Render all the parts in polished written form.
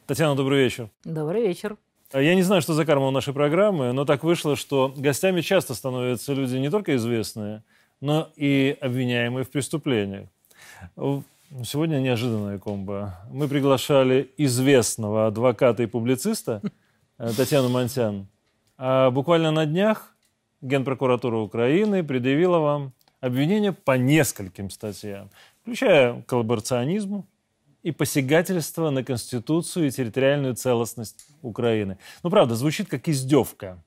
Татьяна, добрый вечер. Добрый вечер. Я не знаю, что за карма у нашей программы, но так вышло, что гостями часто становятся люди не только известные, но и обвиняемые в преступлениях. Сегодня неожиданная комбо. Мы приглашали известного адвоката и публициста Татьяну Монтян. А буквально на днях Генпрокуратура Украины предъявила вам обвинения по нескольким статьям, включая коллаборационизм и посягательство на Конституцию и территориальную целостность Украины. Ну, правда, звучит как издевка.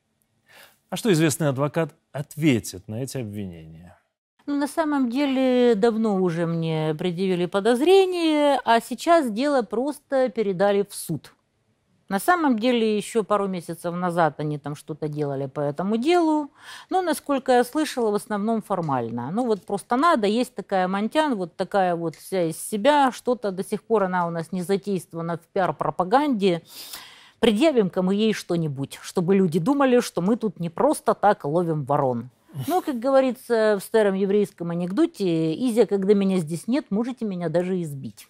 А что известный адвокат ответит на эти обвинения? Ну, на самом деле, давно уже мне предъявили подозрение, а сейчас дело просто передали в суд. На самом деле, еще пару месяцев назад они там что-то делали по этому делу, но, насколько я слышала, в основном формально. Ну, вот просто надо, есть такая Монтян, вот такая вот вся из себя, что-то до сих пор она у нас не задействована в пиар-пропаганде. Предъявим-ка мы ей что-нибудь, чтобы люди думали, что мы тут не просто так ловим ворон. Ну, как говорится в старом еврейском анекдоте, «Изя, когда меня здесь нет, можете меня даже избить».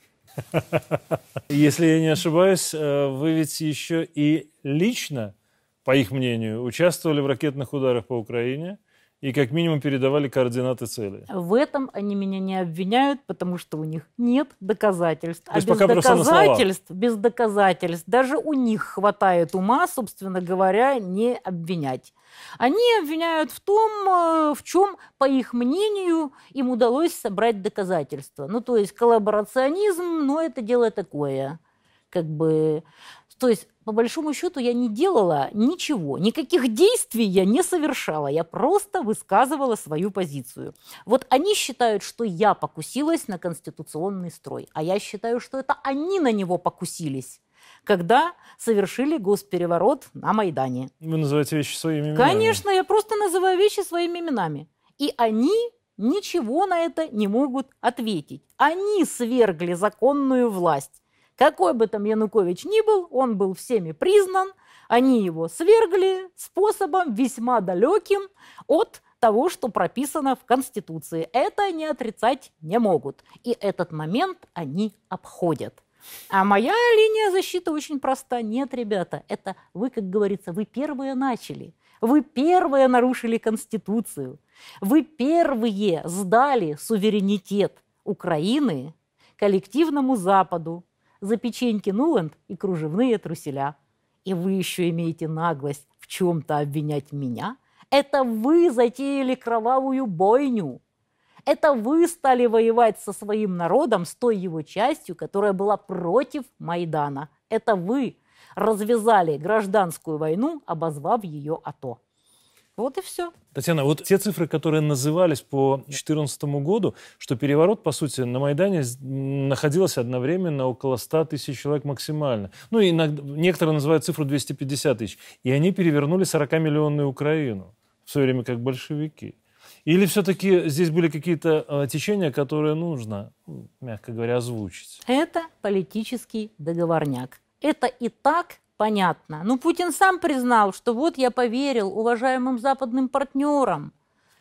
Если я не ошибаюсь, вы ведь еще и лично, по их мнению, участвовали в ракетных ударах по Украине и как минимум передавали координаты целей. В этом они меня не обвиняют, потому что у них нет доказательств. То есть пока просто на словах. Без доказательств даже у них хватает ума, собственно говоря, не обвинять. Они обвиняют в том, в чем, по их мнению, им удалось собрать доказательства. Ну, то есть коллаборационизм, но это дело такое. Как бы, то есть, по большому счету, я не делала ничего, никаких действий я не совершала, я просто высказывала свою позицию. Вот они считают, что я покусилась на конституционный строй, а я считаю, что это они на него покусились, когда совершили госпереворот на Майдане. Вы называете вещи своими именами? Конечно, я просто называю вещи своими именами. И они ничего на это не могут ответить. Они свергли законную власть. Какой бы там Янукович ни был, он был всеми признан. Они его свергли способом весьма далеким от того, что прописано в Конституции. Это они отрицать не могут. И этот момент они обходят. А моя линия защиты очень проста. Нет, ребята, это вы, как говорится, вы первые начали. Вы первые нарушили Конституцию. Вы первые сдали суверенитет Украины коллективному Западу за печеньки Нуланд и кружевные труселя. И вы еще имеете наглость в чем-то обвинять меня? Это вы затеяли кровавую бойню. Это вы стали воевать со своим народом, с той его частью, которая была против Майдана. Это вы развязали гражданскую войну, обозвав ее АТО. Вот и все. Татьяна, вот те цифры, которые назывались по 2014 году, что переворот, по сути, на Майдане находилось одновременно около 100 тысяч человек максимально. Ну, иногда, некоторые называют цифру 250 тысяч. И они перевернули 40-миллионную Украину в свое время как большевики. Или все-таки здесь были какие-то течения, которые нужно, мягко говоря, озвучить? Это политический договорняк. Это и так понятно. Ну, Путин сам признал, что вот я поверил уважаемым западным партнерам.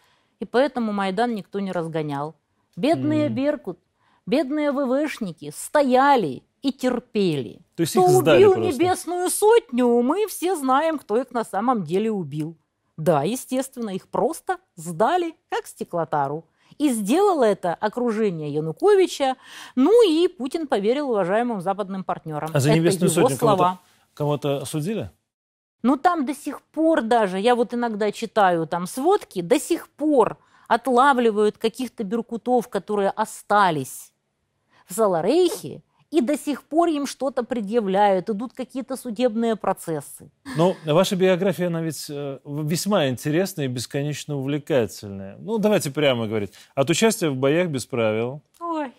И поэтому Майдан никто не разгонял. Бедные Беркут, бедные ВВшники стояли и терпели. То есть кто их сдали убил просто. Небесную сотню, мы все знаем, кто их на самом деле убил. Да, естественно, их просто сдали, как стеклотару. И сделало это окружение Януковича. Ну и Путин поверил уважаемым западным партнерам. А за Небесную это его сотню слова. Кого-то судили? Ну там до сих пор даже, я вот иногда читаю там сводки, до сих пор отлавливают каких-то беркутов, которые остались в Заларейхе, и до сих пор им что-то предъявляют, идут какие-то судебные процессы. Но ваша биография, она ведь весьма интересная и бесконечно увлекательная. Ну, давайте прямо говорить. От участия в боях без правил, Ой.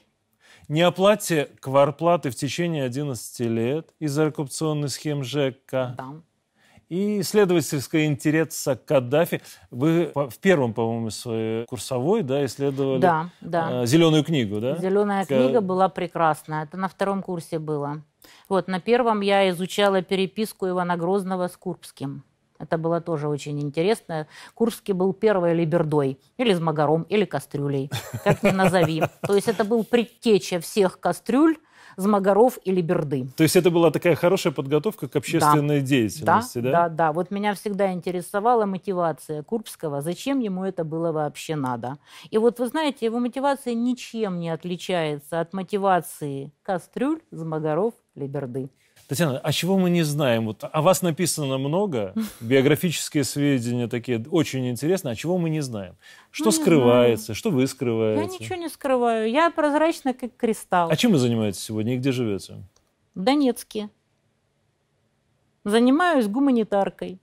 неоплате квартплаты в течение 11 лет из-за коррупционной схем ЖЭКа. Да. И исследовательская интереса Каддафи. Вы в первом, по-моему, своей курсовой, да, исследовали да. «Зеленую книгу», да? «Зеленая книга» была прекрасна. Это на втором курсе было. Вот, на первом я изучала переписку Ивана Грозного с Курбским. Это было тоже очень интересно. Курбский был первой либердой, или змагаром, или кастрюлей, как ни назови. То есть это был предтеча всех кастрюль, Змагаров или Берды. То есть это была такая хорошая подготовка к общественной деятельности, да? Да. Вот меня всегда интересовала мотивация Курбского, зачем ему это было вообще надо. И вот вы знаете, его мотивация ничем не отличается от мотивации Кастрюль, Змагаров, Либерды. Татьяна, а чего мы не знаем? Вот о вас написано много, биографические сведения такие очень интересны, а чего мы не знаем? Что скрывается, что вы скрываете? Я ничего не скрываю, я прозрачна, как кристалл. А чем вы занимаетесь сегодня и где живете? В Донецке. Занимаюсь гуманитаркой.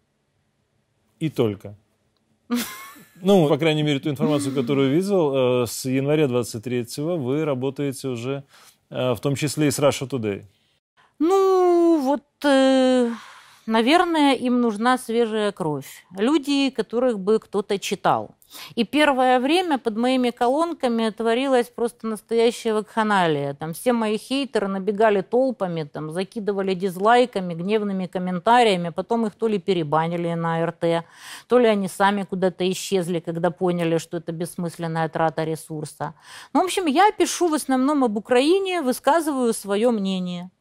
И только. Ну, по крайней мере, ту информацию, которую видел, с января 23-го вы работаете уже, в том числе и с Russia Today. Ну, вот, наверное, им нужна свежая кровь. Люди, которых бы кто-то читал. И первое время под моими колонками творилась просто настоящая вакханалия. Там все мои хейтеры набегали толпами, там, закидывали дизлайками, гневными комментариями. Потом их то ли перебанили на РТ, то ли они сами куда-то исчезли, когда поняли, что это бессмысленная трата ресурса. Ну, в общем, я пишу в основном об Украине, высказываю свое мнение.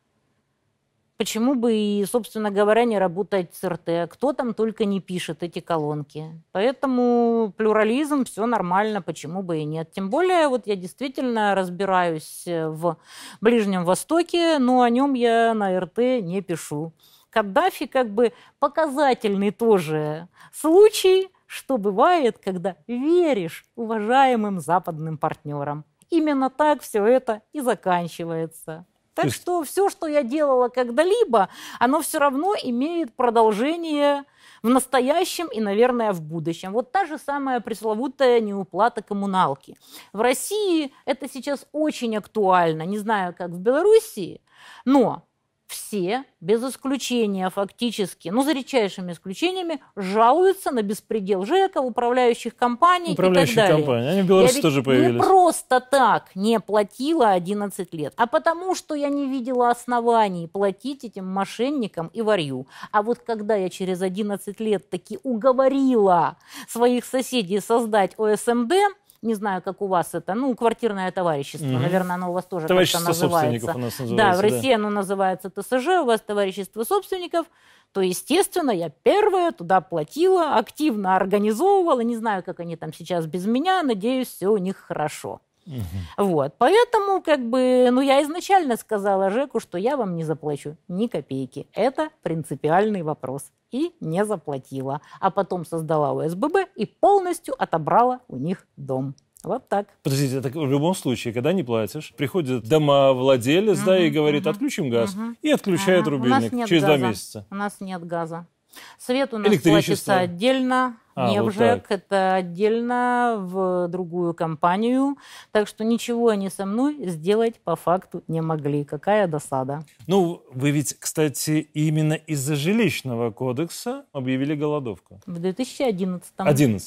Почему бы и, собственно говоря, не работать с РТ? Кто там только не пишет эти колонки. Поэтому плюрализм, все нормально, почему бы и нет. Тем более, вот я действительно разбираюсь в Ближнем Востоке, но о нем я на РТ не пишу. Каддафи как бы показательный тоже случай, что бывает, когда веришь уважаемым западным партнерам. Именно так все это и заканчивается. Так что все, что я делала когда-либо, оно все равно имеет продолжение в настоящем и, наверное, в будущем. Вот та же самая пресловутая неуплата коммуналки. В России это сейчас очень актуально. Не знаю, как в Белоруссии, но все, без исключения фактически, ну, за редчайшими исключениями, жалуются на беспредел ЖЭКов, управляющих компаний и так далее. Компании. Они в Беларуси тоже появились. Не просто так не платила 11 лет, а потому что я не видела оснований платить этим мошенникам и варью. А вот когда я через 11 лет таки уговорила своих соседей создать ОСМД, не знаю, как у вас это, ну, квартирное товарищество, наверное, оно у вас тоже как-то называется. У нас называется. Да, в России оно называется ТСЖ, у вас товарищество собственников, то, естественно, я первая туда платила, активно организовывала, не знаю, как они там сейчас без меня, надеюсь, все у них хорошо. Вот, поэтому, как бы, ну, я изначально сказала ЖЭКу, что я вам не заплачу ни копейки. Это принципиальный вопрос. И не заплатила. А потом создала ОСББ и полностью отобрала у них дом. Вот так. Подождите, так в любом случае, когда не платишь, приходит домовладелец, да, и говорит, отключим газ. И отключает рубильник через 2 месяца. У нас нет газа. Свет у нас платится отдельно, не в ЖЭК, это отдельно в другую компанию. Так что ничего они со мной сделать по факту не могли. Какая досада. Ну, вы ведь, кстати, именно из-за жилищного кодекса объявили голодовку. В 2011.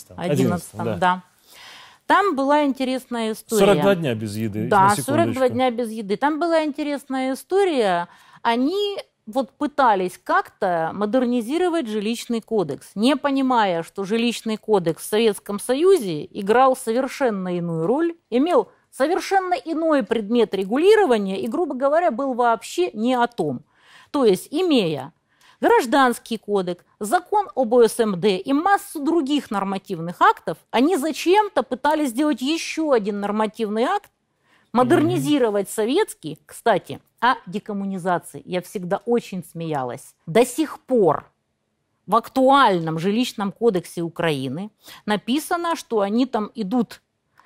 11, да. Там была интересная история. 42 дня без еды. Да, 42 дня без еды. Там была интересная история. Они вот пытались как-то модернизировать жилищный кодекс, не понимая, что жилищный кодекс в Советском Союзе играл совершенно иную роль, имел совершенно иной предмет регулирования и, грубо говоря, был вообще не о том. То есть, имея Гражданский кодекс, закон об ОСМД и массу других нормативных актов, они зачем-то пытались сделать еще один нормативный акт, модернизировать советский. Кстати, о декоммунизации я всегда очень смеялась. До сих пор в актуальном жилищном кодексе Украины написано, что они там идут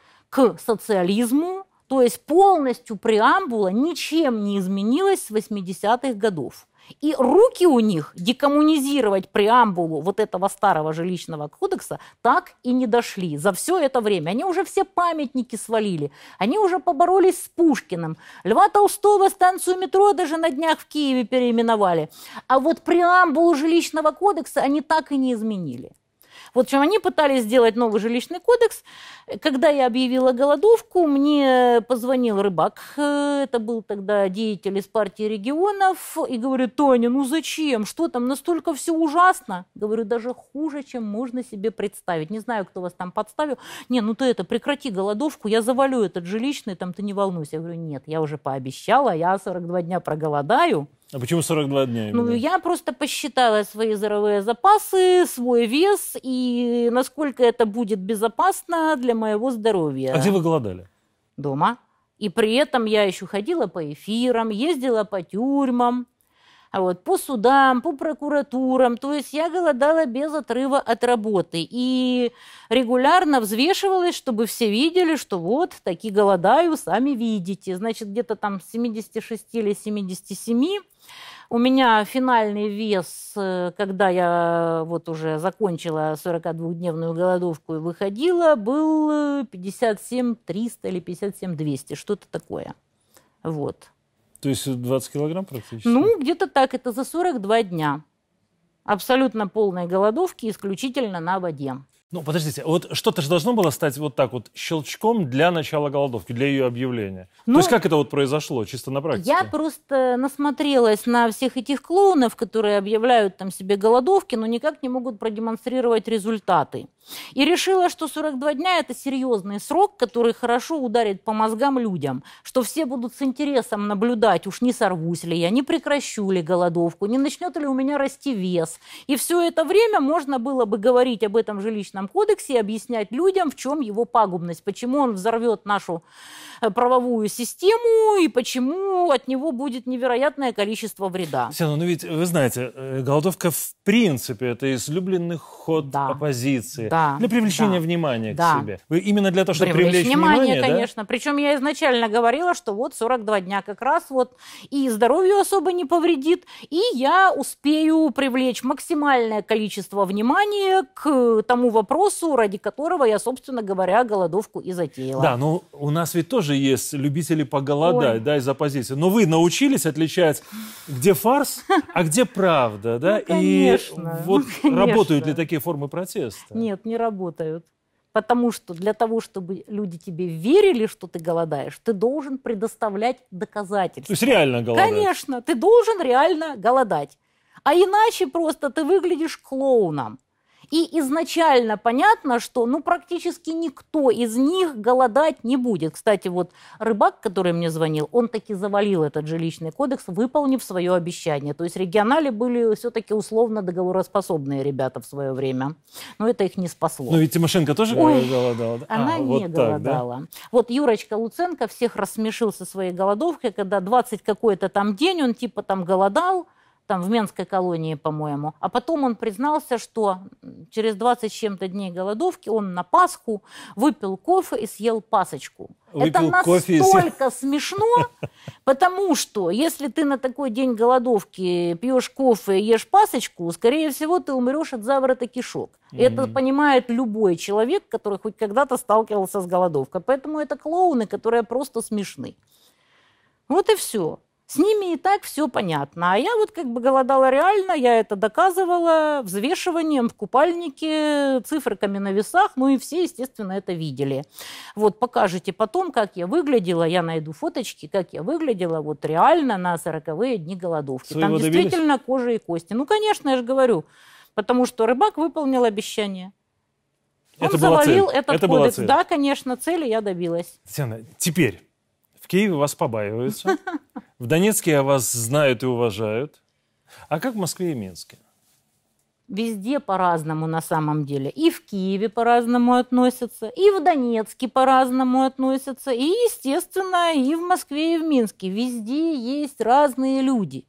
к социализму, то есть полностью преамбула ничем не изменилась с 80-х годов. И руки у них декоммунизировать преамбулу вот этого старого жилищного кодекса так и не дошли за все это время. Они уже все памятники свалили, они уже поборолись с Пушкиным. Льва Толстого, станцию метро даже на днях в Киеве переименовали. А вот преамбулу жилищного кодекса они так и не изменили. В общем, они пытались сделать новый жилищный кодекс. Когда я объявила голодовку, мне позвонил Рыбак, это был тогда деятель из партии регионов, и говорит: Таня, ну зачем? Что там, настолько все ужасно? Говорю, даже хуже, чем можно себе представить. Не знаю, кто вас там подставил. Не, ну ты прекрати голодовку, я завалю этот жилищный, там ты не волнуйся. Я говорю, нет, я уже пообещала, я 42 дня проголодаю. А почему 42 дня именно? Ну, я просто посчитала свои жировые запасы, свой вес и насколько это будет безопасно для моего здоровья. А где вы голодали? Дома. И при этом я еще ходила по эфирам, ездила по тюрьмам, по судам, по прокуратурам. То есть я голодала без отрыва от работы. И регулярно взвешивалась, чтобы все видели, что вот, таки голодаю, сами видите. Значит, где-то там с 76 или 77 у меня финальный вес, когда я вот уже закончила 42-дневную голодовку и выходила, был 57 300 или 57 200, что-то такое. Вот. То есть 20 килограмм практически? Ну, где-то так, это за 42 дня. Абсолютно полной голодовки, исключительно на воде. Ну, подождите, вот что-то же должно было стать вот так вот щелчком для начала голодовки, для ее объявления. То есть как это вот произошло, чисто на практике? Я просто насмотрелась на всех этих клоунов, которые объявляют там себе голодовки, но никак не могут продемонстрировать результаты. И решила, что 42 дня – это серьезный срок, который хорошо ударит по мозгам людям, что все будут с интересом наблюдать, уж не сорвусь ли я, не прекращу ли голодовку, не начнет ли у меня расти вес. И все это время можно было бы говорить об этом жилищном кодексе и объяснять людям, в чем его пагубность, почему он взорвет нашу правовую систему и почему от него будет невероятное количество вреда. Татьяна, ну ведь вы знаете, голодовка в принципе это излюбленный ход оппозиции для привлечения внимания к себе. Вы именно для того, чтобы привлечь внимание, конечно. Да? Причем я изначально говорила, что вот 42 дня как раз вот и здоровью особо не повредит, и я успею привлечь максимальное количество внимания к тому вопросу, ради которого я, собственно говоря, голодовку и затеяла. Да, но у нас ведь тоже есть любители поголодать, да, из оппозиции. Но вы научились отличать, где фарс, а где правда, да? Ну, конечно. И вот работают ли такие формы протеста? Нет, не работают. Потому что для того, чтобы люди тебе верили, что ты голодаешь, ты должен предоставлять доказательства. То есть реально голодать? Конечно, ты должен реально голодать. А иначе просто ты выглядишь клоуном. И изначально понятно, что практически никто из них голодать не будет. Кстати, вот Рыбак, который мне звонил, он таки завалил этот жилищный кодекс, выполнив свое обещание. То есть регионали были все-таки условно договороспособные ребята в свое время. Но это их не спасло. Но ведь Тимошенко тоже голодала? Она не голодала. Да? Вот Юрочка Луценко всех рассмешил со своей голодовкой, когда 20 какой-то там день он типа там голодал, там в Менской колонии, по-моему. А потом он признался, что через 20 с чем-то дней голодовки он на Пасху выпил кофе и съел пасочку. Это настолько смешно, потому что если ты на такой день голодовки пьешь кофе и ешь пасочку, скорее всего, ты умрешь от заворота кишок. Это понимает любой человек, который хоть когда-то сталкивался с голодовкой. Поэтому это клоуны, которые просто смешны. Вот и все. С ними и так все понятно. А я вот как бы голодала реально, я это доказывала взвешиванием в купальнике, циферками на весах, и все, естественно, это видели. Вот покажете потом, как я выглядела, я найду фоточки, как я выглядела вот реально на 40-е дни голодовки. Своего там действительно кожа и кости. Ну, конечно, я же говорю, потому что Рыбак выполнил обещание. Он завалил этот кодекс. Да, конечно, цели я добилась. Татьяна, теперь в Киеве вас побаиваются, в Донецке вас знают и уважают. А как в Москве и Минске? Везде по-разному на самом деле. И в Киеве по-разному относятся, и в Донецке по-разному относятся, и, естественно, и в Москве, и в Минске. Везде есть разные люди.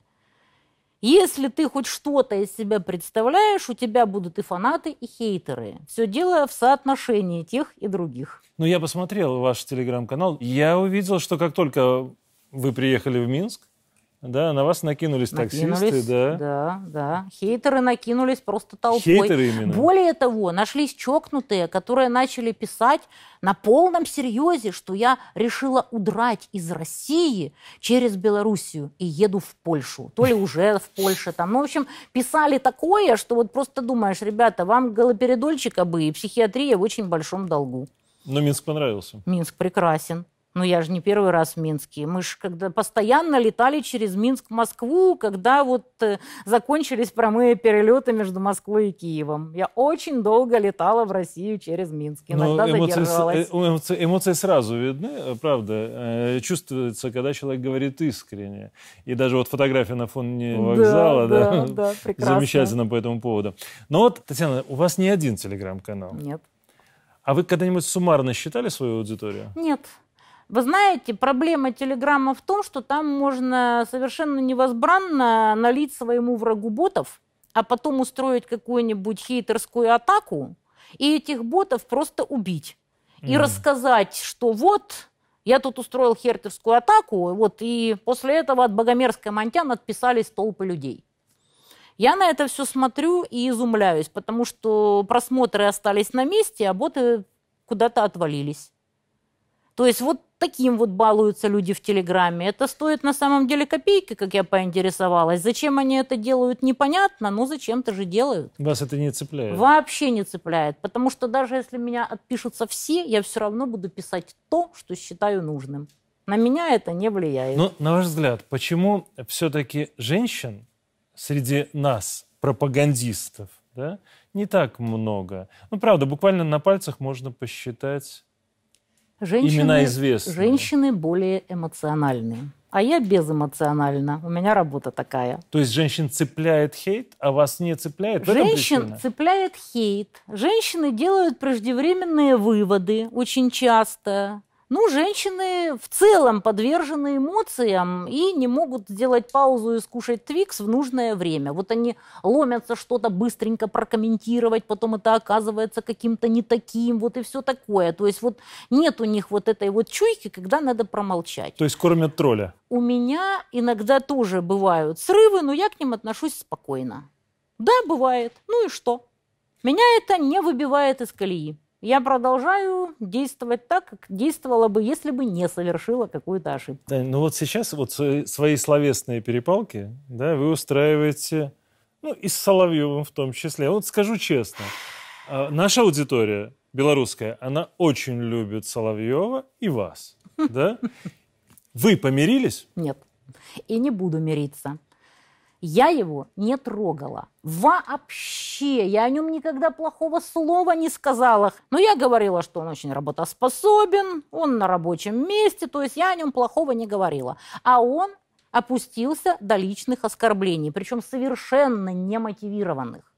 Если ты хоть что-то из себя представляешь, у тебя будут и фанаты, и хейтеры. Все дело в соотношении тех и других. Ну, я посмотрел ваш телеграм-канал. Я увидел, что как только вы приехали в Минск, да, на вас накинулись таксисты, да. Да. Хейтеры накинулись просто толпой. Хейтеры именно. Более того, нашлись чокнутые, которые начали писать на полном серьезе, что я решила удрать из России через Белоруссию и еду в Польшу. То ли уже в Польше там. Ну, в общем, писали такое, что вот просто думаешь, ребята, вам галоперидольчика бы и психиатрия в очень большом долгу. Но Минск понравился. Минск прекрасен. Но я же не первый раз в Минске. Мы же когда постоянно летали через Минск в Москву, когда вот закончились прямые перелеты между Москвой и Киевом. Я очень долго летала в Россию через Минск. Иногда задерживалась. Эмоции сразу видны, правда. Чувствуется, когда человек говорит искренне. И даже вот фотография на фоне вокзала, да, замечательно по этому поводу. Но вот, Татьяна, у вас не один телеграм-канал. Нет. А вы когда-нибудь суммарно считали свою аудиторию? Нет. Вы знаете, проблема Телеграма в том, что там можно совершенно невозбранно налить своему врагу ботов, а потом устроить какую-нибудь хейтерскую атаку и этих ботов просто убить. И рассказать, что вот, я тут устроил хейтерскую атаку, вот, и после этого от Богомерской Монтян отписались толпы людей. Я на это все смотрю и изумляюсь, потому что просмотры остались на месте, а боты куда-то отвалились. То есть вот таким вот балуются люди в Телеграме. Это стоит на самом деле копейки, как я поинтересовалась. Зачем они это делают, непонятно, но зачем-то же делают. Вас это не цепляет? Вообще не цепляет, потому что даже если меня отпишутся все, я все равно буду писать то, что считаю нужным. На меня это не влияет. Но, на ваш взгляд, почему все-таки женщин среди нас, пропагандистов, да, не так много? Ну, правда, буквально на пальцах можно посчитать... Имена известные. Женщины более эмоциональные. А я безэмоциональна. У меня работа такая. То есть женщин цепляет хейт, а вас не цепляет? Женщин цепляет хейт. Женщины делают преждевременные выводы очень часто. Ну, женщины в целом подвержены эмоциям и не могут сделать паузу и скушать твикс в нужное время. Вот они ломятся что-то быстренько прокомментировать, потом это оказывается каким-то не таким, вот и все такое. То есть вот нет у них вот этой вот чуйки, когда надо промолчать. То есть кормят тролля? У меня иногда тоже бывают срывы, но я к ним отношусь спокойно. Да, бывает. Ну и что? Меня это не выбивает из колеи. Я продолжаю действовать так, как действовала бы, если бы не совершила какую-то ошибку. Да, ну вот сейчас вот свои словесные перепалки, да, вы устраиваете, ну и с Соловьевым в том числе. Вот скажу честно, наша аудитория белорусская, она очень любит Соловьева и вас, да? Вы помирились? Нет, и не буду мириться. Я его не трогала. Вообще. Я о нем никогда плохого слова не сказала. Но я говорила, что он очень работоспособен, он на рабочем месте, то есть я о нем плохого не говорила. А он опустился до личных оскорблений, причем совершенно немотивированных.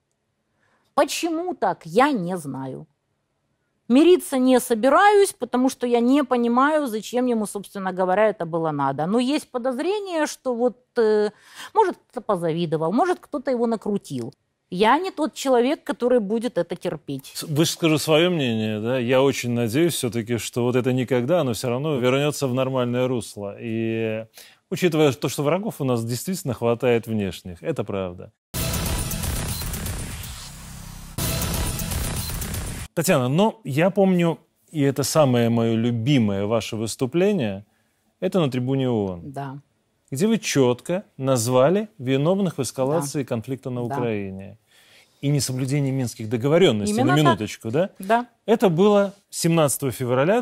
Почему так, я не знаю. Мириться не собираюсь, потому что я не понимаю, зачем ему, собственно говоря, это было надо. Но есть подозрение, что вот, может, кто-то позавидовал, может, кто-то его накрутил. Я не тот человек, который будет это терпеть. Вы же скажу свое мнение, да? Я очень надеюсь все-таки, что вот это никогда, оно все равно вернется в нормальное русло. И учитывая то, что врагов у нас действительно хватает внешних, это правда. Татьяна, но я помню, и это самое мое любимое ваше выступление, это на трибуне ООН. Да. Где вы четко назвали виновных в эскалации конфликта на Украине. И несоблюдение минских договоренностей, именно на минуточку, так. Да? Это было 17 февраля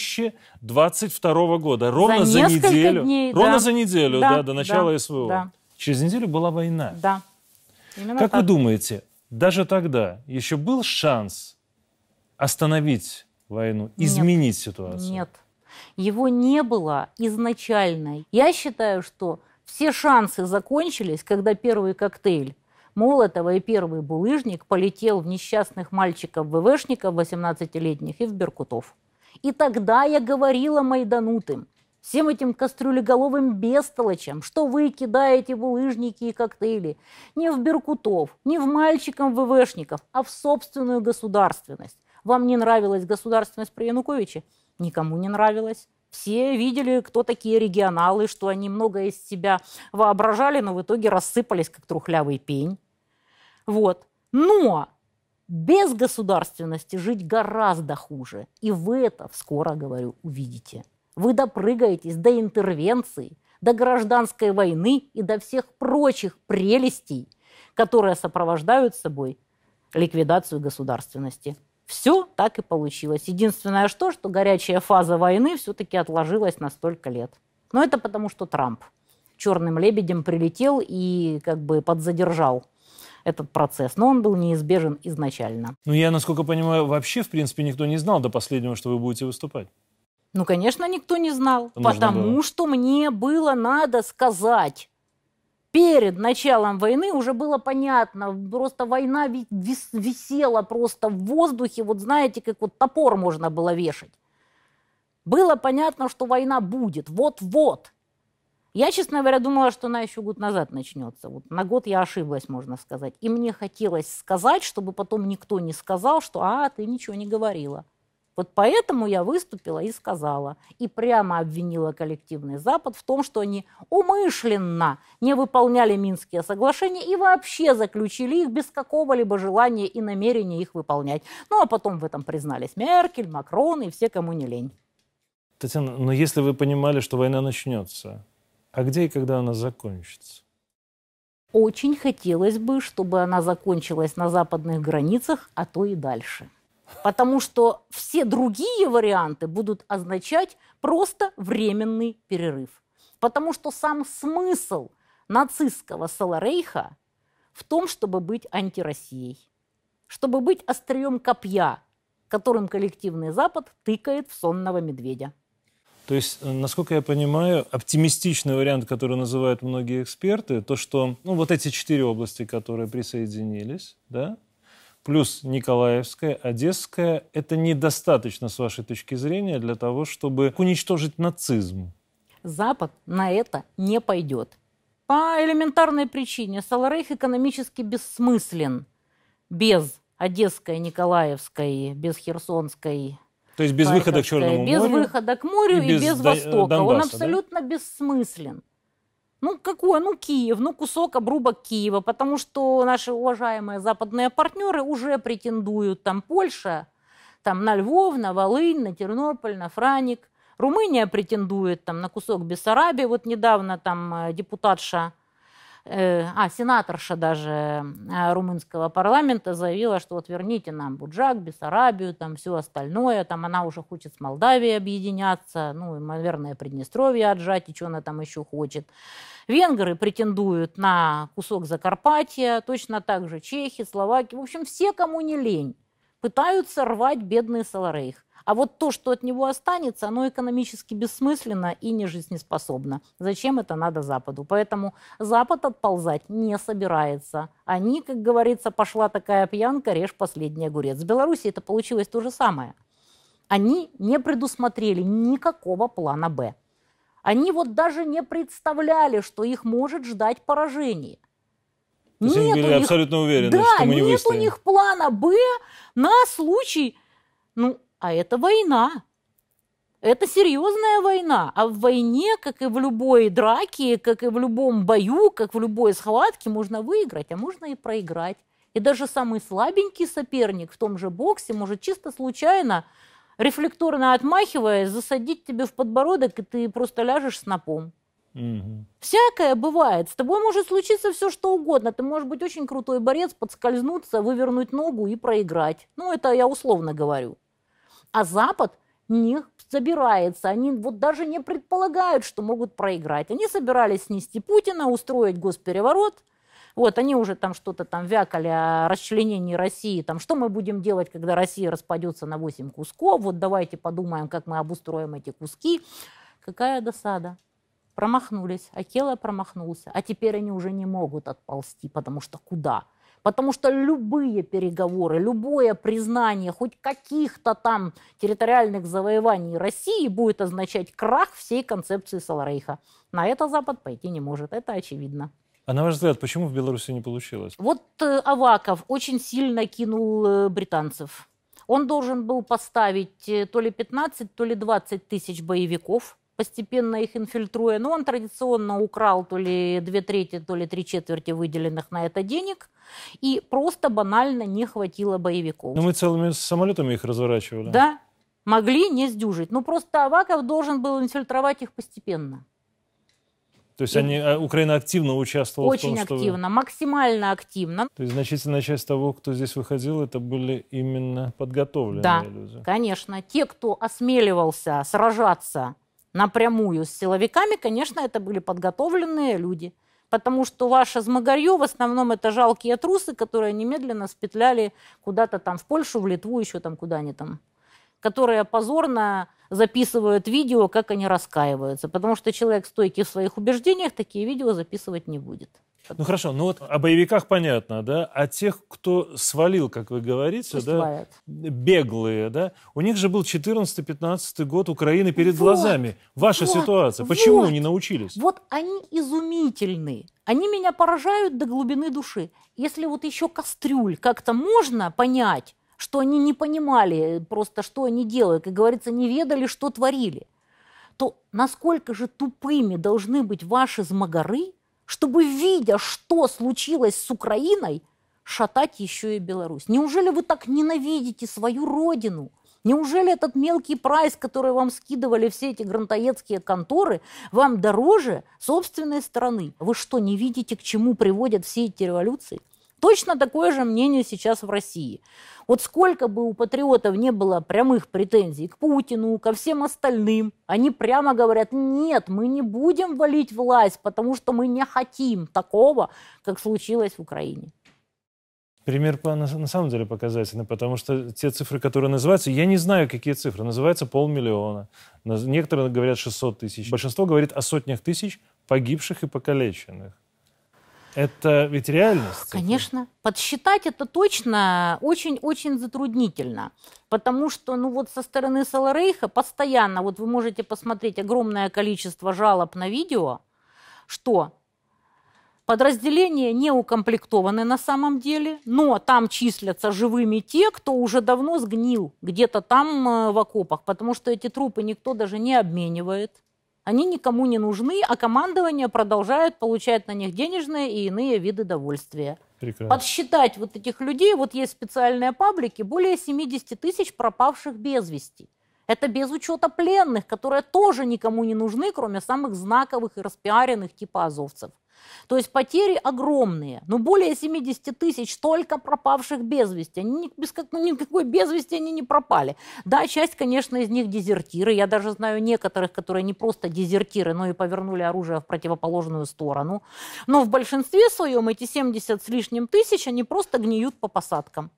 2022 года, ровно за неделю. Дней, ровно за неделю, да, до начала СВО. Да. Через неделю была война. Да. Именно как так. вы думаете, даже тогда еще был шанс остановить войну, изменить ситуацию? Нет. Его не было изначально. Я считаю, что все шансы закончились, когда первый коктейль Молотова и первый булыжник полетел в несчастных мальчиков-ВВшников 18-летних и в беркутов. И тогда я говорила майданутым, всем этим кастрюлеголовым бестолочам, что вы кидаете булыжники и коктейли не в беркутов, не в мальчиков-ВВшников, а в собственную государственность. Вам не нравилась государственность при Януковиче? Никому не нравилось. Все видели, кто такие регионалы, что они многое из себя воображали, но в итоге рассыпались, как трухлявый пень. Вот. Но без государственности жить гораздо хуже. И вы это, скоро, говорю, увидите. Вы допрыгаетесь до интервенции, до гражданской войны и до всех прочих прелестей, которые сопровождают собой ликвидацию государственности. Все так и получилось. Единственное, что горячая фаза войны все-таки отложилась на столько лет. Но это потому, что Трамп черным лебедем прилетел и как бы подзадержал этот процесс. Но он был неизбежен изначально. Ну, я, насколько понимаю, вообще, в принципе, никто не знал до последнего, что вы будете выступать. Ну, конечно, никто не знал. Нужно потому было. что мне было надо сказать. Перед началом войны уже было понятно, просто война висела просто в воздухе, вот знаете, как вот топор можно было вешать. Было понятно, что война будет, вот-вот. Я, честно говоря, думала, что она еще год назад начнется. Вот на год я ошиблась, можно сказать. И мне хотелось сказать, чтобы потом никто не сказал, что ты ничего не говорила. Вот поэтому я выступила и сказала. И прямо обвинила коллективный Запад в том, что они умышленно не выполняли Минские соглашения и вообще заключили их без какого-либо желания и намерения их выполнять. Ну а потом в этом признались Меркель, Макрон и все, кому не лень. Татьяна, но если вы понимали, что война начнется, а где и когда она закончится? Очень хотелось бы, чтобы она закончилась на западных границах, а то и дальше. Потому что все другие варианты будут означать просто временный перерыв. Потому что сам смысл нацистского Саларейха в том, чтобы быть антироссией. Чтобы быть острием копья, которым коллективный Запад тыкает в сонного медведя. То есть, насколько я понимаю, оптимистичный вариант, который называют многие эксперты, то, что вот эти 4 области, которые присоединились, да, плюс Николаевская, Одесская, это недостаточно, с вашей точки зрения, для того, чтобы уничтожить нацизм. Запад на это не пойдет. По элементарной причине. Саларейх экономически бессмыслен без Одесской, Николаевской, без Херсонской. То есть без выхода к Черному морю? Без выхода к морю и без Востока. Донбасса, он абсолютно бессмыслен. Какой? Киев, кусок обрубок Киева, потому что наши уважаемые западные партнеры уже претендуют, там Польша, там на Львов, на Волынь, на Тернополь, на Франик. Румыния претендует там на кусок Бессарабии. Вот недавно там депутатша, сенаторша даже румынского парламента заявила, что вот верните нам Буджак, Бессарабию, там все остальное. Там она уже хочет с Молдавией объединяться, наверное, Приднестровье отжать, и что она там еще хочет. Венгры претендуют на кусок Закарпатья, точно так же чехи, словаки. В общем, все, кому не лень, пытаются рвать бедный Саларейх. А вот то, что от него останется, оно экономически бессмысленно и не жизнеспособно. Зачем это надо Западу? Поэтому Запад отползать не собирается. Они, как говорится, пошла такая пьянка, режь последний огурец. С Белоруссией это получилось то же самое. Они не предусмотрели никакого плана «Б». Они вот даже не представляли, что их может ждать поражение. То есть они были абсолютно уверены, что мы не выстоим. Нет у них плана «Б» на случай... А это война. Это серьезная война. А в войне, как и в любой драке, как и в любом бою, как в любой схватке, можно выиграть, а можно и проиграть. И даже самый слабенький соперник в том же боксе может чисто случайно, рефлекторно отмахиваясь, засадить тебе в подбородок, и ты просто ляжешь снопом. Угу. Всякое бывает. С тобой может случиться все, что угодно. Ты можешь быть очень крутой борец, подскользнуться, вывернуть ногу и проиграть. Это я условно говорю. А Запад не собирается, они вот даже не предполагают, что могут проиграть. Они собирались снести Путина, устроить госпереворот. Они уже там что-то там вякали о расчленении России. Что мы будем делать, когда Россия распадется на 8 кусков? Давайте подумаем, как мы обустроим эти куски. Какая досада. Промахнулись. Акела промахнулся. А теперь они уже не могут отползти, потому что куда? Потому что любые переговоры, любое признание хоть каких-то там территориальных завоеваний России будет означать крах всей концепции Саларейха. На это Запад пойти не может, это очевидно. А на ваш взгляд, почему в Беларуси не получилось? Аваков очень сильно кинул британцев. Он должен был поставить то ли 15, то ли 20 тысяч боевиков, постепенно их инфильтруя. Но он традиционно украл то ли 2/3, то ли 3/4 выделенных на это денег. И просто банально не хватило боевиков. Но мы целыми самолетами их разворачивали. Да, могли не сдюжить. Но просто Аваков должен был инфильтровать их постепенно. То есть Украина активно участвовала Очень в том, что... активно, максимально активно. То есть значительная часть того, кто здесь выходил, это были именно подготовленные Да, люди. конечно. Те, кто осмеливался сражаться напрямую с силовиками, конечно, это были подготовленные люди. Потому что ваше Змагарье в основном это жалкие трусы, которые немедленно спетляли куда-то там в Польшу, в Литву, еще там куда они там, которые позорно записывают видео, как они раскаиваются. Потому что человек, стойкий в своих убеждениях, такие видео записывать не будет. Ну хорошо, ну вот о боевиках понятно, да, а тех, кто свалил, как вы говорите, да, беглые, да, у них же был 14-15 год Украины перед глазами. Ваша ситуация, почему не научились? Вот они изумительны, они меня поражают до глубины души. Если вот еще кастрюль как-то можно понять, что они не понимали просто, что они делают, как говорится, не ведали, что творили, то насколько же тупыми должны быть ваши змагары, чтобы, видя, что случилось с Украиной, шатать еще и Беларусь. Неужели вы так ненавидите свою родину? Неужели этот мелкий прайс, который вам скидывали все эти грантоедские конторы, вам дороже собственной страны? Вы что, не видите, к чему приводят все эти революции? Точно такое же мнение сейчас в России. Вот сколько бы у патриотов не было прямых претензий к Путину, ко всем остальным, они прямо говорят: нет, мы не будем валить власть, потому что мы не хотим такого, как случилось в Украине. Пример на самом деле показательный, потому что те цифры, которые называются, я не знаю, какие цифры, называется 500 000. Некоторые говорят 600 тысяч. Большинство говорит о сотнях тысяч погибших и покалеченных. Это ведь реальность? Конечно. Подсчитать это точно очень-очень затруднительно. Потому что, ну вот со стороны Саларейха постоянно, вот вы можете посмотреть огромное количество жалоб на видео, что подразделения не укомплектованы на самом деле, но там числятся живыми те, кто уже давно сгнил где-то там в окопах, потому что эти трупы никто даже не обменивает. Они никому не нужны, а командование продолжает получать на них денежные и иные виды довольствия. Прекрасно. Подсчитать вот этих людей, вот есть специальные паблики, более 70 тысяч пропавших без вести. Это без учета пленных, которые тоже никому не нужны, кроме самых знаковых и распиаренных типа азовцев. То есть потери огромные. Но более 70 тысяч только пропавших без вести. Они никакой без вести они не пропали. Да, часть, конечно, из них дезертиры. Я даже знаю некоторых, которые не просто дезертиры, но и повернули оружие в противоположную сторону. Но в большинстве своем эти 70 с лишним тысяч, они просто гниют по посадкам.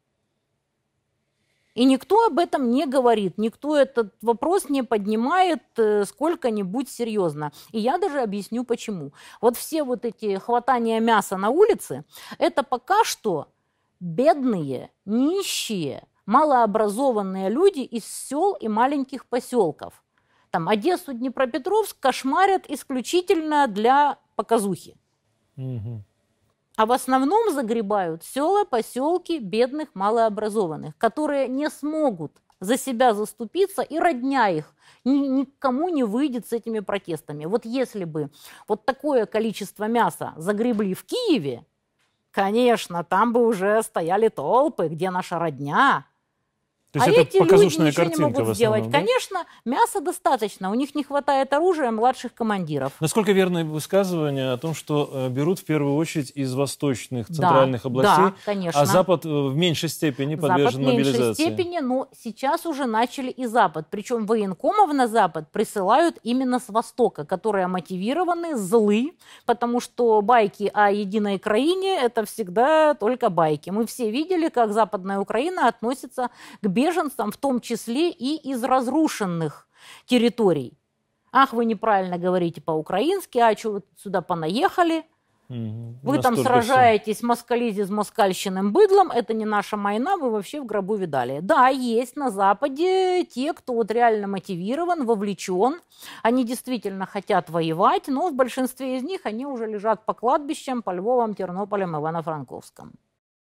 И никто об этом не говорит, никто этот вопрос не поднимает сколько-нибудь серьезно. И я даже объясню почему. Вот все вот эти хватания мяса на улице, это пока что бедные, нищие, малообразованные люди из сел и маленьких поселков. Там Одессу, Днепропетровск кошмарят исключительно для показухи. Угу. А в основном загребают села, поселки бедных, малообразованных, которые не смогут за себя заступиться, и родня их никому не выйдет с этими протестами. Вот если бы вот такое количество мяса загребли в Киеве, конечно, там бы уже стояли толпы, где наша родня. То есть это эти люди показушная ничего не картинка могут в основном, сделать. да? Конечно, мяса достаточно, у них не хватает оружия младших командиров. Насколько верно высказывание о том, что берут в первую очередь из восточных, центральных областей, да, конечно. а Запад в меньшей степени подвержен мобилизации? В меньшей степени, но сейчас уже начали и Запад. Причем военкомов на Запад присылают именно с Востока, которые мотивированы, злы, потому что байки о единой краине – это всегда только байки. Мы все видели, как Западная Украина относится к беженцам, в том числе и из разрушенных территорий. Ах, вы неправильно говорите по-украински, а что вы сюда понаехали? Вы там сражаетесь москализи с москальщиным быдлом, это не наша война, вы вообще в гробу видали. Да, есть на Западе те, кто вот реально мотивирован, вовлечен, они действительно хотят воевать, но в большинстве из них они уже лежат по кладбищам, по Львовам, Тернополям, Ивано-Франковском.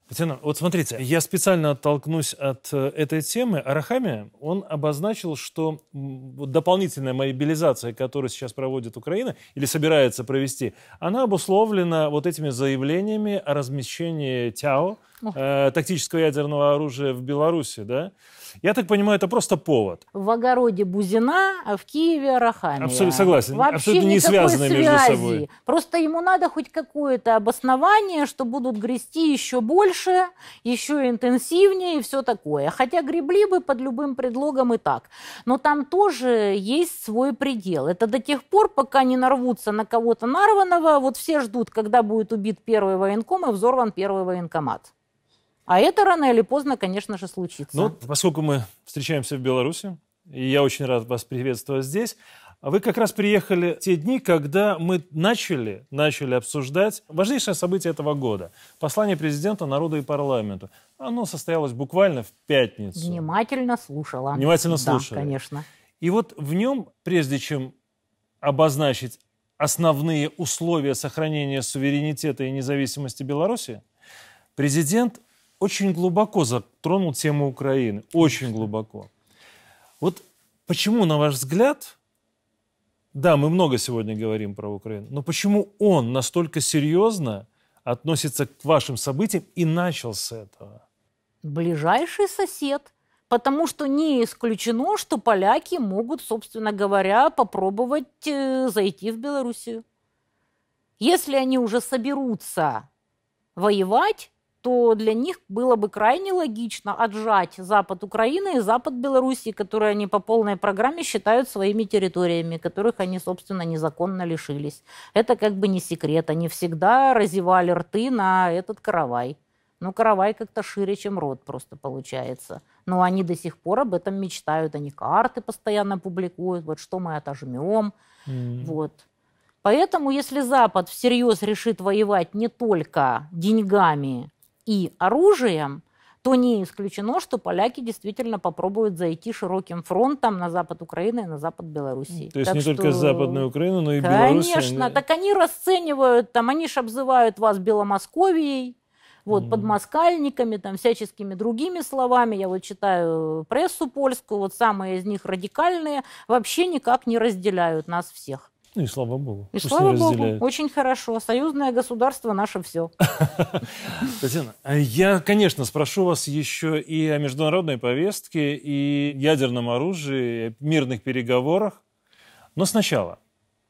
Татьяна, вот смотрите, я специально оттолкнусь от этой темы. Арахамия, он обозначил, что вот дополнительная мобилизация, которую сейчас проводит Украина или собирается провести, она обусловлена вот этими заявлениями о размещении ТЯО, тактического ядерного оружия в Беларуси, да? Я так понимаю, это просто повод. В огороде Бузина, а в Киеве Арахамия. Абсолютно согласен. Вообще абсолютно не связаны между собой. Просто ему надо хоть какое-то обоснование, что будут грести еще больше, еще интенсивнее и все такое. Хотя гребли бы под любым предлогом и так. Но там тоже есть свой предел. Это до тех пор, пока не нарвутся на кого-то нарванного. Вот все ждут, когда будет убит первый военком и взорван первый военкомат. А это рано или поздно, конечно же, случится. Ну, поскольку мы встречаемся в Беларуси, и я очень рад вас приветствовать здесь, вы как раз приехали в те дни, когда мы начали обсуждать важнейшее событие этого года. Послание президента народу и парламенту. Оно состоялось буквально в пятницу. Внимательно слушала. Внимательно слушала. Да, конечно. И вот в нем, прежде чем обозначить основные условия сохранения суверенитета и независимости Беларуси, президент очень глубоко затронул тему Украины. Очень глубоко. Вот почему, на ваш взгляд, да, мы много сегодня говорим про Украину, но почему он настолько серьезно относится к вашим событиям и начал с этого? Ближайший сосед. Потому что не исключено, что поляки могут, собственно говоря, попробовать зайти в Белоруссию. Если они уже соберутся воевать, то для них было бы крайне логично отжать запад Украины и запад Белоруссии, которые они по полной программе считают своими территориями, которых они, собственно, незаконно лишились. Это как бы не секрет. Они всегда разевали рты на этот каравай. Ну, каравай как-то шире, чем рот просто получается. Но они до сих пор об этом мечтают. Они карты постоянно публикуют. Вот что мы отожмем. Вот. Поэтому, если Запад всерьез решит воевать не только деньгами и оружием, то не исключено, что поляки действительно попробуют зайти широким фронтом на запад Украины и на запад Белоруссии. То есть не только Западную Украину, но и Белоруссию? Конечно. Так они расценивают, там, они ж обзывают вас Беломосковией, вот, подмоскальниками, там, всяческими другими словами. Я вот читаю прессу польскую, вот самые из них радикальные, вообще никак не разделяют нас всех. Ну и слава богу. И слава богу, очень хорошо. Союзное государство наше все. Татьяна, я, конечно, спрошу вас еще и о международной повестке, и ядерном оружии, и мирных переговорах. Но сначала,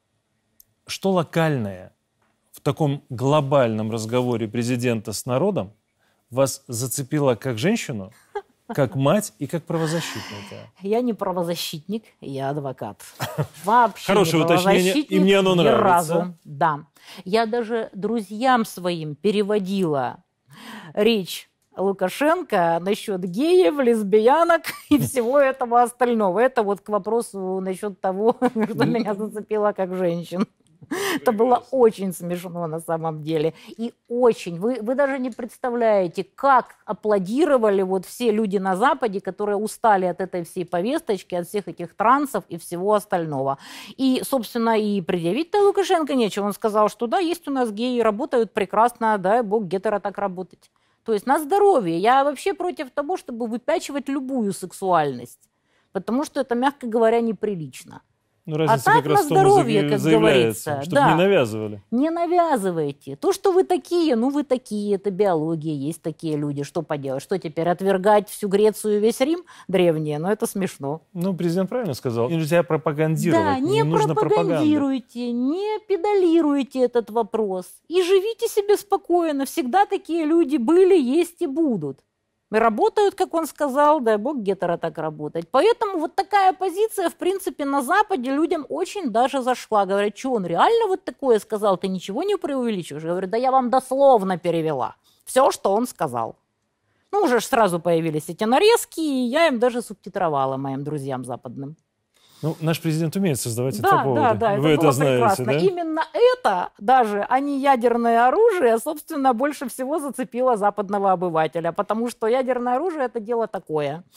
что локальное в таком глобальном разговоре президента с народом вас зацепило как женщину, как мать и как правозащитника? Я не правозащитник, я адвокат. Вообще хорошее не уточнение, и мне оно ни нравится. Разу. Да. Я даже друзьям своим переводила речь Лукашенко насчет геев, лесбиянок и всего этого остального. Это вот к вопросу насчет того, что меня зацепило как женщин. Это было очень смешно на самом деле. И очень. Вы даже не представляете, как аплодировали вот все люди на Западе, которые устали от этой всей повесточки, от всех этих трансов и всего остального. И, собственно, и предъявить-то Лукашенко нечего. Он сказал, что да, есть у нас геи, работают прекрасно, дай бог гетеро так работать. То есть на здоровье. Я вообще против того, чтобы выпячивать любую сексуальность. Потому что это, мягко говоря, неприлично. Ну, разница так как раз на в том здоровье, как говорится. чтобы Да. не навязывали. Не навязывайте. То, что вы такие, ну вы такие, это биология, есть такие люди. Что поделать? Что теперь, отвергать всю Грецию и весь Рим древние? Ну это смешно. Ну, президент правильно сказал. Нельзя пропагандировать. Да, не нужно пропагандируйте, не педалируйте этот вопрос. И живите себе спокойно. Всегда такие люди были, есть и будут. Работают, как он сказал, дай бог гетеро так работать. Поэтому вот такая позиция, в принципе, на Западе людям очень даже зашла. Говорят, что он реально вот такое сказал, ты ничего не преувеличиваешь? Я говорю, да я вам дословно перевела все, что он сказал. Ну, уже ж сразу появились эти нарезки, и я им даже субтитровала моим друзьям западным. Ну, наш президент умеет создавать инфоповоды. Да, Вы это знаете, прекрасно. да? Именно это, даже, а не ядерное оружие, собственно, больше всего зацепило западного обывателя, потому что ядерное оружие – это дело такое.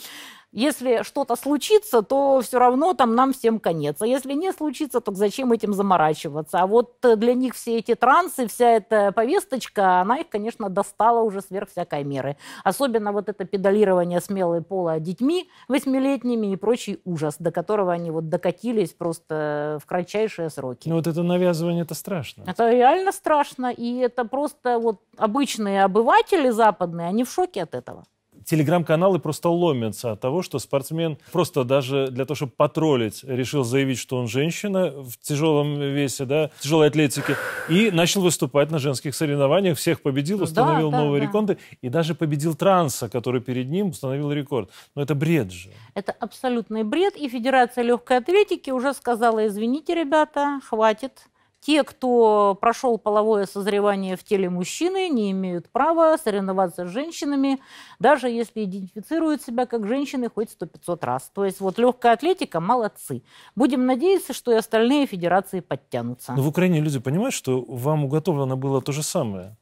Если что-то случится, то все равно там нам всем конец. А если не случится, то зачем этим заморачиваться? А вот для них все эти трансы, вся эта повесточка, она их, конечно, достала уже сверх всякой меры. Особенно вот это педалирование смелой пола детьми 8-летними и прочий ужас, до которого они вот докатились просто в кратчайшие сроки. Ну вот это навязывание, это страшно. Это реально страшно. И это просто вот обычные обыватели западные, они в шоке от этого. Телеграм-каналы просто ломятся от того, что спортсмен просто даже для того, чтобы потроллить, решил заявить, что он женщина в тяжелом весе, да, в тяжелой атлетике, и начал выступать на женских соревнованиях, всех победил, установил новые рекорды, и даже победил транса, который перед ним установил рекорд. Но это бред же. Это абсолютный бред, и Федерация легкой атлетики уже сказала: извините, ребята, хватит. Те, кто прошел половое созревание в теле мужчины, не имеют права соревноваться с женщинами, даже если идентифицируют себя как женщины хоть 100-500 раз. То есть вот легкая атлетика молодцы. Будем надеяться, что и остальные федерации подтянутся. Но в Украине люди понимают, что вам уготовлено было то же самое.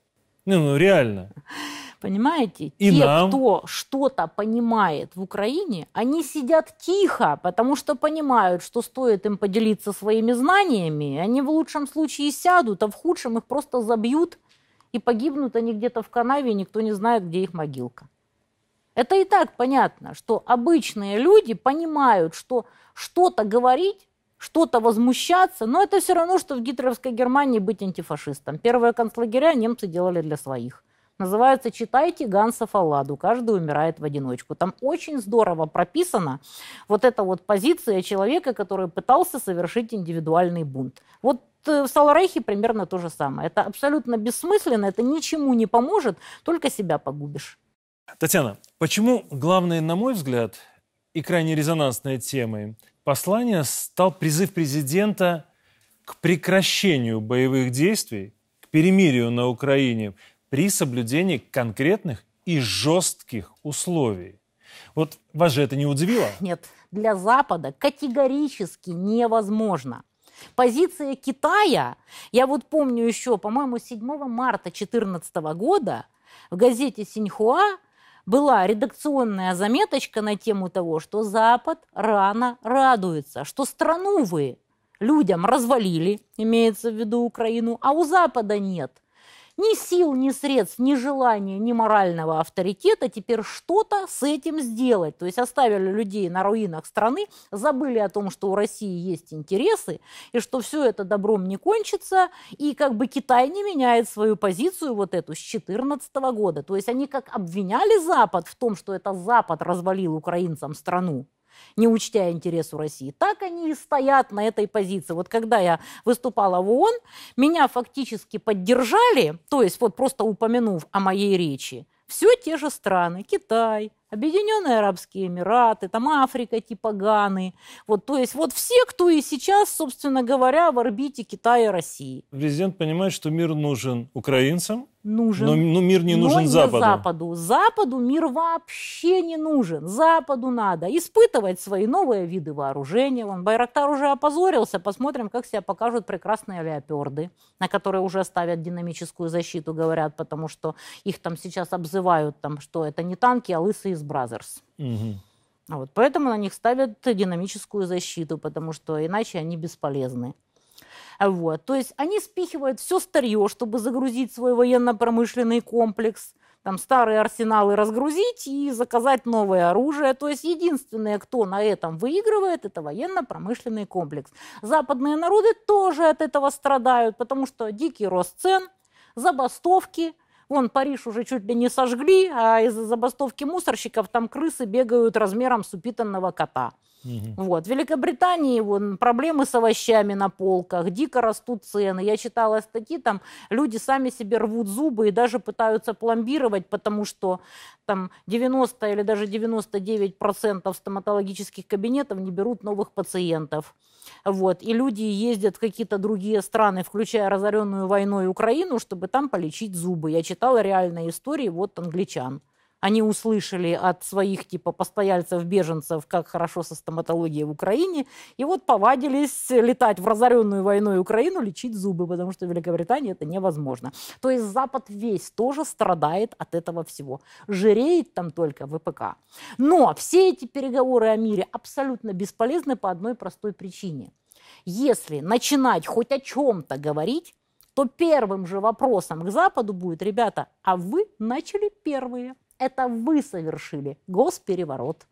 Ну реально. Понимаете? И те, нам. кто что-то понимает в Украине, они сидят тихо, потому что понимают, что стоит им поделиться своими знаниями, они в лучшем случае сядут, а в худшем их просто забьют, и погибнут они где-то в канаве, и никто не знает, где их могилка. Это и так понятно, что обычные люди понимают, что что-то говорить, что-то возмущаться, но это все равно, что в гитлеровской Германии быть антифашистом. Первые концлагеря немцы делали для своих. Называется «Читайте Ганса Фалладу. Каждый умирает в одиночку». Там очень здорово прописана вот эта вот позиция человека, который пытался совершить индивидуальный бунт. Вот в Саларейхе примерно то же самое. Это абсолютно бессмысленно, это ничему не поможет, только себя погубишь. Татьяна, почему главной, на мой взгляд, и крайне резонансной темой послания стал призыв президента к прекращению боевых действий, к перемирию на Украине при соблюдении конкретных и жестких условий? Вот вас же это не удивило? Нет, для Запада категорически невозможно. Позиция Китая, я вот помню еще, по-моему, 7 марта 2014 года в газете «Синьхуа» была редакционная заметочка на тему того, что Запад рано радуется, что страну вы людям развалили, имеется в виду Украину, а у Запада нет ни сил, ни средств, ни желания, ни морального авторитета теперь что-то с этим сделать. То есть оставили людей на руинах страны, забыли о том, что у России есть интересы, и что все это добром не кончится, и как бы Китай не меняет свою позицию вот эту с 2014 года. То есть они как обвиняли Запад в том, что это Запад развалил украинцам страну, не учтя интересу России, так они и стоят на этой позиции. Вот когда я выступала в ООН, меня фактически поддержали, то есть вот просто упомянув о моей речи, все те же страны: Китай, Объединенные Арабские Эмираты, там Африка типа Ганы. Вот, то есть вот все, кто и сейчас, собственно говоря, в орбите Китая и России. Президент понимает, что мир нужен украинцам, Нужен. но мир не нужен Западу. Западу мир вообще не нужен. Западу надо испытывать свои новые виды вооружения. Вон Байрактар уже опозорился. Посмотрим, как себя покажут прекрасные леоперды, на которые уже ставят динамическую защиту, говорят, потому что их там сейчас обзывают, там, что это не танки, а лысые из Бразерс. Угу. Вот, поэтому на них ставят динамическую защиту, потому что иначе они бесполезны. Вот. То есть они спихивают все старье, чтобы загрузить свой военно-промышленный комплекс, там старые арсеналы разгрузить и заказать новое оружие. То есть единственное, кто на этом выигрывает, это военно-промышленный комплекс. Западные народы тоже от этого страдают, потому что дикий рост цен, забастовки. Вон Париж уже чуть ли не сожгли, а из-за забастовки мусорщиков там крысы бегают размером с упитанного кота. Вот. В Великобритании вон, проблемы с овощами на полках, дико растут цены. Я читала статьи, там люди сами себе рвут зубы и даже пытаются пломбировать, потому что там 90 или даже 99% стоматологических кабинетов не берут новых пациентов. Вот. И люди ездят в какие-то другие страны, включая разоренную войной Украину, чтобы там полечить зубы. Я читала реальные истории вот англичан. Они услышали от своих типа постояльцев-беженцев, как хорошо со стоматологией в Украине, и вот повадились летать в разоренную войной Украину, лечить зубы, потому что в Великобритании это невозможно. То есть Запад весь тоже страдает от этого всего. Жиреет там только ВПК. Но все эти переговоры о мире абсолютно бесполезны по одной простой причине. Если начинать хоть о чем-то говорить, то первым же вопросом к Западу будет: ребята, а вы начали первые. Это вы совершили госпереворот.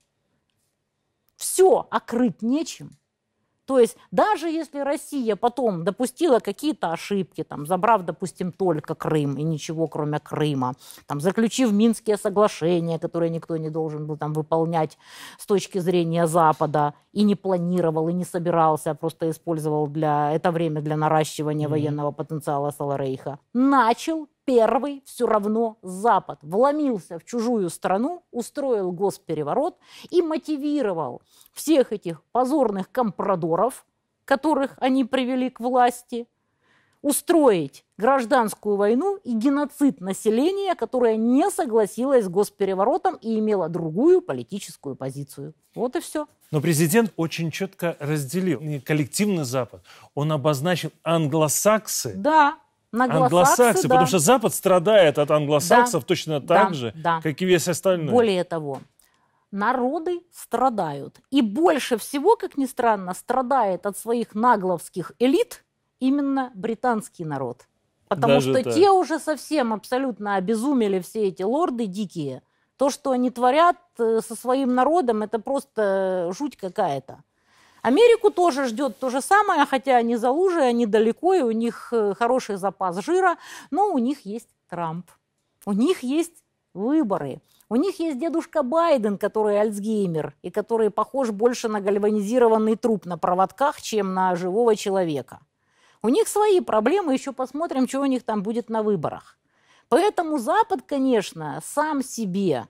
Все, а крыть нечем. То есть даже если Россия потом допустила какие-то ошибки, там, забрав, допустим, только Крым и ничего кроме Крыма, там, заключив Минские соглашения, которые никто не должен был там выполнять с точки зрения Запада, и не планировал, и не собирался, а просто использовал это время для наращивания военного потенциала Саларейха, начал первый все равно Запад. Вломился в чужую страну, устроил госпереворот и мотивировал всех этих позорных компрадоров, которых они привели к власти, устроить гражданскую войну и геноцид населения, которое не согласилось с госпереворотом и имело другую политическую позицию. Вот и все. Но президент очень четко разделил коллективный Запад. Он обозначил англосаксы. Да. Англосаксы, да. потому что Запад страдает от англосаксов точно так же, как и весь остальной. Более того, народы страдают. И больше всего, как ни странно, страдает от своих нагловских элит именно британский народ. Потому Даже что так. те уже совсем абсолютно обезумели, все эти лорды дикие. То, что они творят со своим народом, это просто жуть какая-то. Америку тоже ждет то же самое, хотя они за лужей, они далеко, и у них хороший запас жира, но у них есть Трамп, у них есть выборы, у них есть дедушка Байден, который альцгеймер, и который похож больше на гальванизированный труп на проводках, чем на живого человека. У них свои проблемы, еще посмотрим, что у них там будет на выборах. Поэтому Запад, конечно, сам себе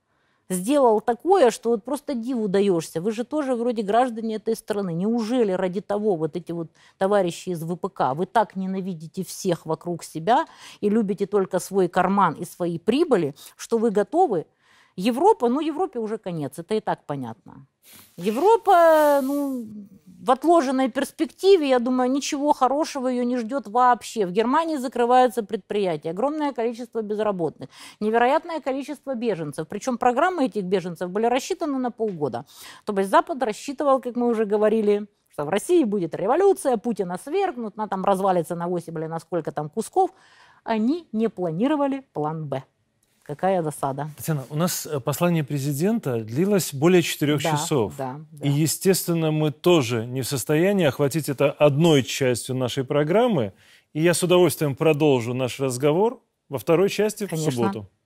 сделал такое, что вот просто диву даешься. Вы же тоже вроде граждане этой страны. Неужели ради того вот эти вот товарищи из ВПК, вы так ненавидите всех вокруг себя и любите только свой карман и свои прибыли, что вы готовы? Европа, Европе уже конец, это и так понятно. Европа, в отложенной перспективе, я думаю, ничего хорошего ее не ждет вообще. В Германии закрываются предприятия, огромное количество безработных, невероятное количество беженцев. Причем программы этих беженцев были рассчитаны на полгода. То есть Запад рассчитывал, как мы уже говорили, что в России будет революция, Путина свергнут, она там развалится на 8 или на сколько там кусков. Они не планировали план «Б». Какая досада. Татьяна, у нас послание президента длилось более 4 часов. Да. И, естественно, мы тоже не в состоянии охватить это одной частью нашей программы. И я с удовольствием продолжу наш разговор во второй части в субботу.